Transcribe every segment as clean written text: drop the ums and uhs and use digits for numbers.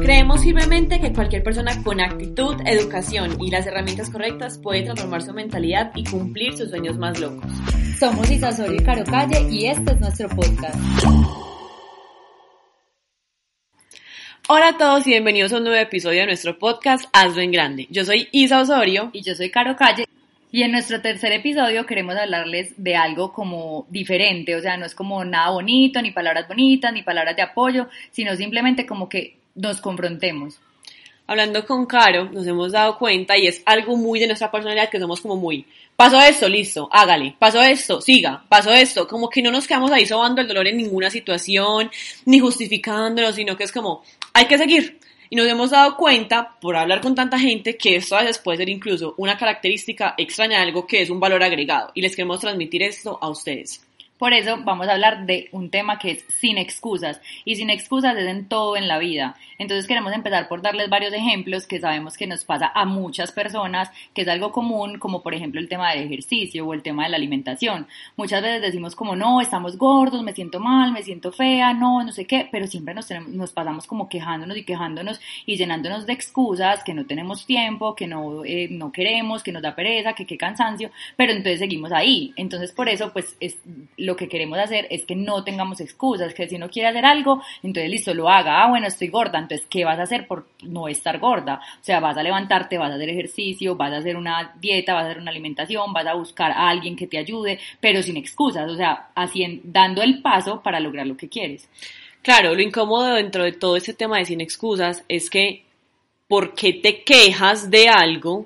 Creemos firmemente que cualquier persona con actitud, educación y las herramientas correctas puede transformar su mentalidad y cumplir sus sueños más locos. Somos Isa Osorio y Caro Calle y este es nuestro podcast. Hola a todos y bienvenidos a un nuevo episodio de nuestro podcast Hazlo en Grande. Yo soy Isa Osorio. Y yo soy Caro Calle. Y en nuestro tercer episodio queremos hablarles de algo como diferente, o sea, no es como nada bonito, ni palabras bonitas, ni palabras de apoyo, sino simplemente como que nos confrontemos. Hablando con Caro, nos hemos dado cuenta, y es algo muy de nuestra personalidad, que somos como muy, pasó esto, listo, hágale, pasó esto, siga, pasó esto, como que no nos quedamos ahí sobando el dolor en ninguna situación, ni justificándolo, sino que es como, hay que seguir. Y nos hemos dado cuenta, por hablar con tanta gente, que esto a veces puede ser incluso una característica extraña de algo que es un valor agregado. Y les queremos transmitir esto a ustedes. Por eso vamos a hablar de un tema que es sin excusas. Y sin excusas es en todo en la vida. Entonces queremos empezar por darles varios ejemplos que sabemos que nos pasa a muchas personas, que es algo común, como por ejemplo el tema del ejercicio o el tema de la alimentación. Muchas veces decimos como, no, estamos gordos, me siento mal, me siento fea, no sé qué, pero siempre nos pasamos como quejándonos y llenándonos de excusas, que no tenemos tiempo, que no queremos, que nos da pereza, que qué cansancio, pero entonces seguimos ahí. Entonces por eso pues lo que queremos hacer es que no tengamos excusas, que si uno quiere hacer algo, entonces listo, lo haga. Bueno, estoy gorda, entonces ¿qué vas a hacer por no estar gorda? O sea, vas a levantarte, vas a hacer ejercicio, vas a hacer una dieta, vas a hacer una alimentación, vas a buscar a alguien que te ayude, pero sin excusas, o sea, dando el paso para lograr lo que quieres. Claro, lo incómodo dentro de todo este tema de sin excusas es que ¿por qué te quejas de algo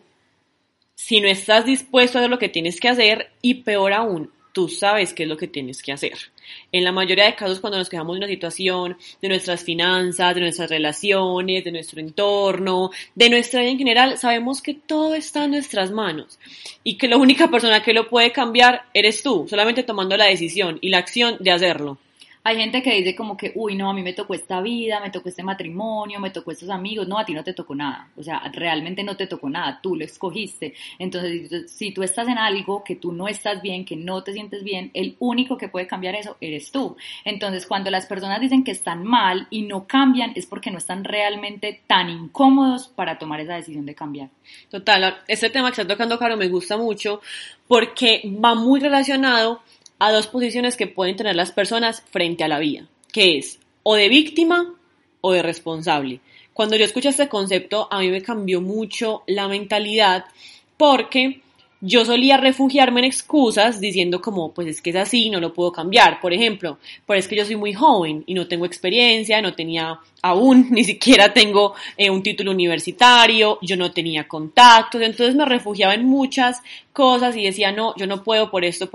si no estás dispuesto a hacer lo que tienes que hacer? Y peor aún, tú sabes qué es lo que tienes que hacer. En la mayoría de casos, cuando nos quejamos de una situación, de nuestras finanzas, de nuestras relaciones, de nuestro entorno, de nuestra vida en general, sabemos que todo está en nuestras manos y que la única persona que lo puede cambiar eres tú, solamente tomando la decisión y la acción de hacerlo. Hay gente que dice como que, uy, no, a mí me tocó esta vida, me tocó este matrimonio, me tocó estos amigos. No, a ti no te tocó nada. O sea, realmente no te tocó nada. Tú lo escogiste. Entonces, si tú estás en algo que tú no estás bien, que no te sientes bien, el único que puede cambiar eso eres tú. Entonces, cuando las personas dicen que están mal y no cambian, es porque no están realmente tan incómodos para tomar esa decisión de cambiar. Total, este tema que está tocando, Caro, me gusta mucho porque va muy relacionado a dos posiciones que pueden tener las personas frente a la vida, que es o de víctima o de responsable. Cuando yo escuché este concepto, a mí me cambió mucho la mentalidad porque yo solía refugiarme en excusas diciendo como, pues es que es así, no lo puedo cambiar. Por ejemplo, pues es que yo soy muy joven y no tengo experiencia, no tenía aún, ni siquiera tengo un título universitario, yo no tenía contactos, entonces me refugiaba en muchas cosas y decía, no, yo no puedo por esto,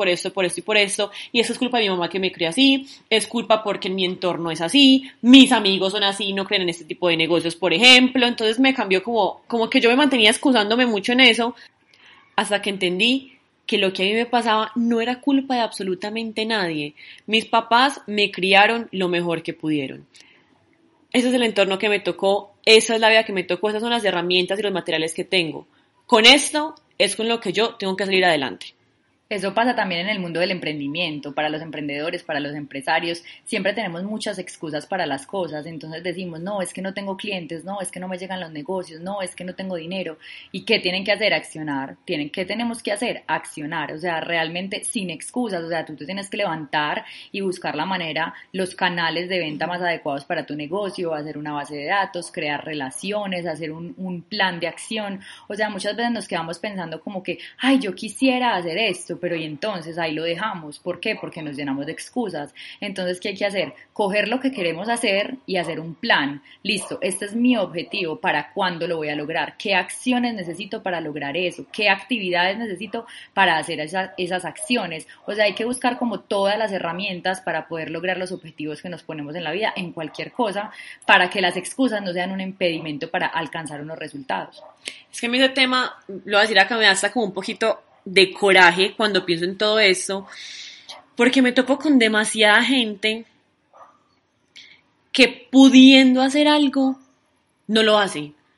y eso es culpa de mi mamá que me crió así, es culpa porque en mi entorno es así, mis amigos son así, no creen en este tipo de negocios, por ejemplo. Entonces me cambió como que yo me mantenía excusándome mucho en eso, hasta que entendí que lo que a mí me pasaba no era culpa de absolutamente nadie. Mis papás me criaron lo mejor que pudieron. Ese es el entorno que me tocó, esa es la vida que me tocó, esas son las herramientas y los materiales que tengo. Con esto es con lo que yo tengo que salir adelante. Eso pasa también en el mundo del emprendimiento, para los emprendedores, para los empresarios. Siempre tenemos muchas excusas para las cosas, entonces decimos, no, es que no tengo clientes, no, es que no me llegan los negocios, no, es que no tengo dinero. ¿Y qué tienen que hacer? Accionar. ¿Qué tenemos que hacer? Accionar, o sea, realmente sin excusas, o sea, tú te tienes que levantar y buscar la manera, los canales de venta más adecuados para tu negocio, hacer una base de datos, crear relaciones, hacer un plan de acción. O sea, muchas veces nos quedamos pensando como que, ay, yo quisiera hacer esto, pero y entonces ahí lo dejamos. ¿Por qué? Porque nos llenamos de excusas. Entonces, ¿qué hay que hacer? Coger lo que queremos hacer y hacer un plan. Listo, este es mi objetivo, ¿para cuándo lo voy a lograr? ¿Qué acciones necesito para lograr eso? ¿Qué actividades necesito para hacer esas acciones? O sea, hay que buscar como todas las herramientas para poder lograr los objetivos que nos ponemos en la vida, en cualquier cosa, para que las excusas no sean un impedimento para alcanzar unos resultados. Es que a mí ese tema, lo voy a decir acá, me da hasta como un poquito de coraje cuando pienso en todo esto, porque me topo con demasiada gente que pudiendo hacer algo, no lo hace.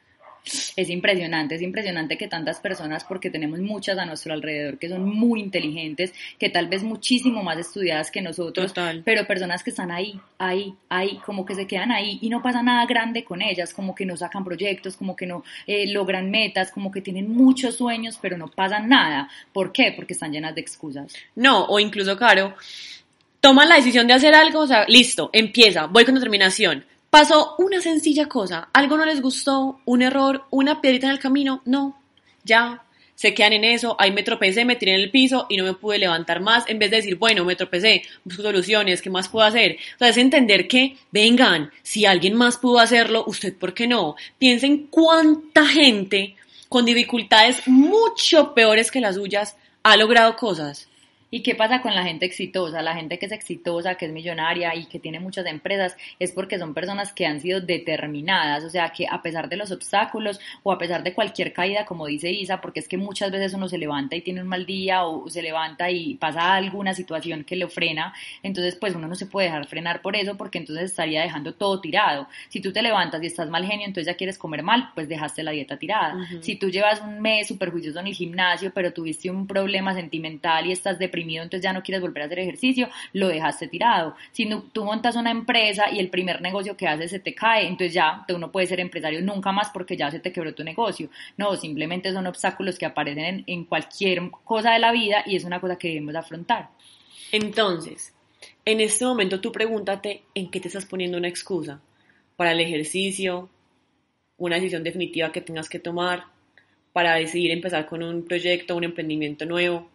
Es impresionante que tantas personas, porque tenemos muchas a nuestro alrededor que son muy inteligentes, que tal vez muchísimo más estudiadas que nosotros, Total. pero personas que están ahí, como que se quedan ahí y no pasa nada grande con ellas, como que no sacan proyectos, como que no logran metas, como que tienen muchos sueños, pero no pasa nada. ¿Por qué? Porque están llenas de excusas. No, o incluso, Caro, toman la decisión de hacer algo, o sea, listo, empieza, voy con determinación. Pasó una sencilla cosa, algo no les gustó, un error, una piedrita en el camino, no, ya, se quedan en eso, ahí me tropecé, me tiré en el piso y no me pude levantar más, en vez de decir, bueno, me tropecé, busco soluciones, ¿qué más puedo hacer? O sea, es entender que, vengan, si alguien más pudo hacerlo, ¿usted por qué no? Piensen cuánta gente con dificultades mucho peores que las suyas ha logrado cosas. ¿Y qué pasa con la gente exitosa? La gente que es exitosa, que es millonaria y que tiene muchas empresas, es porque son personas que han sido determinadas, o sea, que a pesar de los obstáculos o a pesar de cualquier caída, como dice Isa, porque es que muchas veces uno se levanta y tiene un mal día o se levanta y pasa alguna situación que lo frena, entonces pues uno no se puede dejar frenar por eso, porque entonces estaría dejando todo tirado. Si tú te levantas y estás mal genio, entonces ya quieres comer mal, pues dejaste la dieta tirada. Si tú llevas un mes súper juicioso en el gimnasio, pero tuviste un problema sentimental y estás deprimido, entonces ya no quieres volver a hacer ejercicio, lo dejaste tirado. Si no, tú montas una empresa y el primer negocio que haces se te cae, entonces ya tú no puedes ser empresario nunca más porque ya se te quebró tu negocio. No, simplemente son obstáculos que aparecen en cualquier cosa de la vida y es una cosa que debemos afrontar. Entonces, en este momento tú pregúntate en qué te estás poniendo una excusa para el ejercicio, una decisión definitiva que tengas que tomar, para decidir empezar con un proyecto, un emprendimiento nuevo.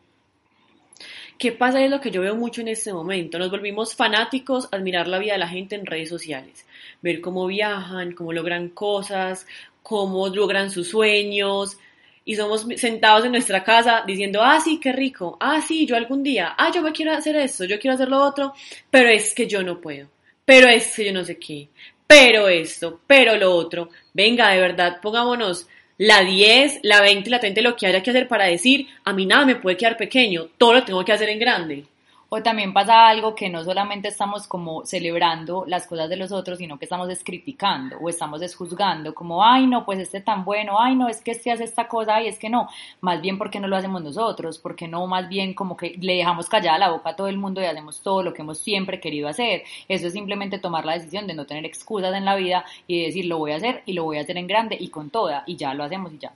¿Qué pasa? Es lo que yo veo mucho en este momento. Nos volvimos fanáticos a admirar la vida de la gente en redes sociales. Ver cómo viajan, cómo logran cosas, cómo logran sus sueños. Y somos sentados en nuestra casa diciendo, ah, sí, qué rico. Ah, sí, yo algún día. Ah, yo me quiero hacer esto, yo quiero hacer lo otro. Pero es que yo no puedo. Pero es que yo no sé qué. Pero esto, pero lo otro. Venga, de verdad, pongámonos la 10, la 20, la 30, lo que haya que hacer para decir, a mí nada me puede quedar pequeño, todo lo tengo que hacer en grande. O también pasa algo que no solamente estamos como celebrando las cosas de los otros, sino que estamos descriticando o estamos desjuzgando, como, ay, no, pues este tan bueno, ay, no, es que este hace esta cosa, ay, es que no. Más bien, ¿por qué no lo hacemos nosotros? ¿Por qué no más bien como que le dejamos callada la boca a todo el mundo y hacemos todo lo que hemos siempre querido hacer? Eso es simplemente tomar la decisión de no tener excusas en la vida y decir, lo voy a hacer y lo voy a hacer en grande y con toda, y ya lo hacemos y ya.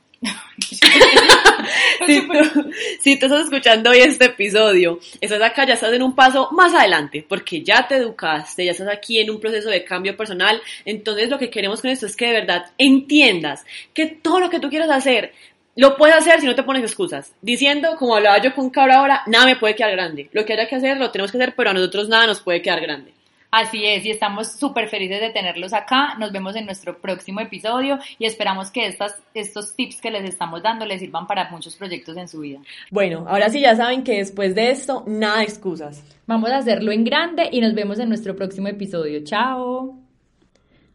Si tú estás escuchando hoy este episodio, estás acá, ya estás en un paso más adelante, porque ya te educaste, ya estás aquí en un proceso de cambio personal. Entonces lo que queremos con esto es que de verdad entiendas que todo lo que tú quieras hacer, lo puedes hacer si no te pones excusas, diciendo, como hablaba yo con Cabra ahora, nada me puede quedar grande, lo que haya que hacer, lo tenemos que hacer, pero a nosotros nada nos puede quedar grande. Así es, y estamos súper felices de tenerlos acá. Nos vemos en nuestro próximo episodio y esperamos que estos tips que les estamos dando les sirvan para muchos proyectos en su vida. Bueno, ahora sí ya saben que después de esto, nada de excusas. Vamos a hacerlo en grande y nos vemos en nuestro próximo episodio. ¡Chao!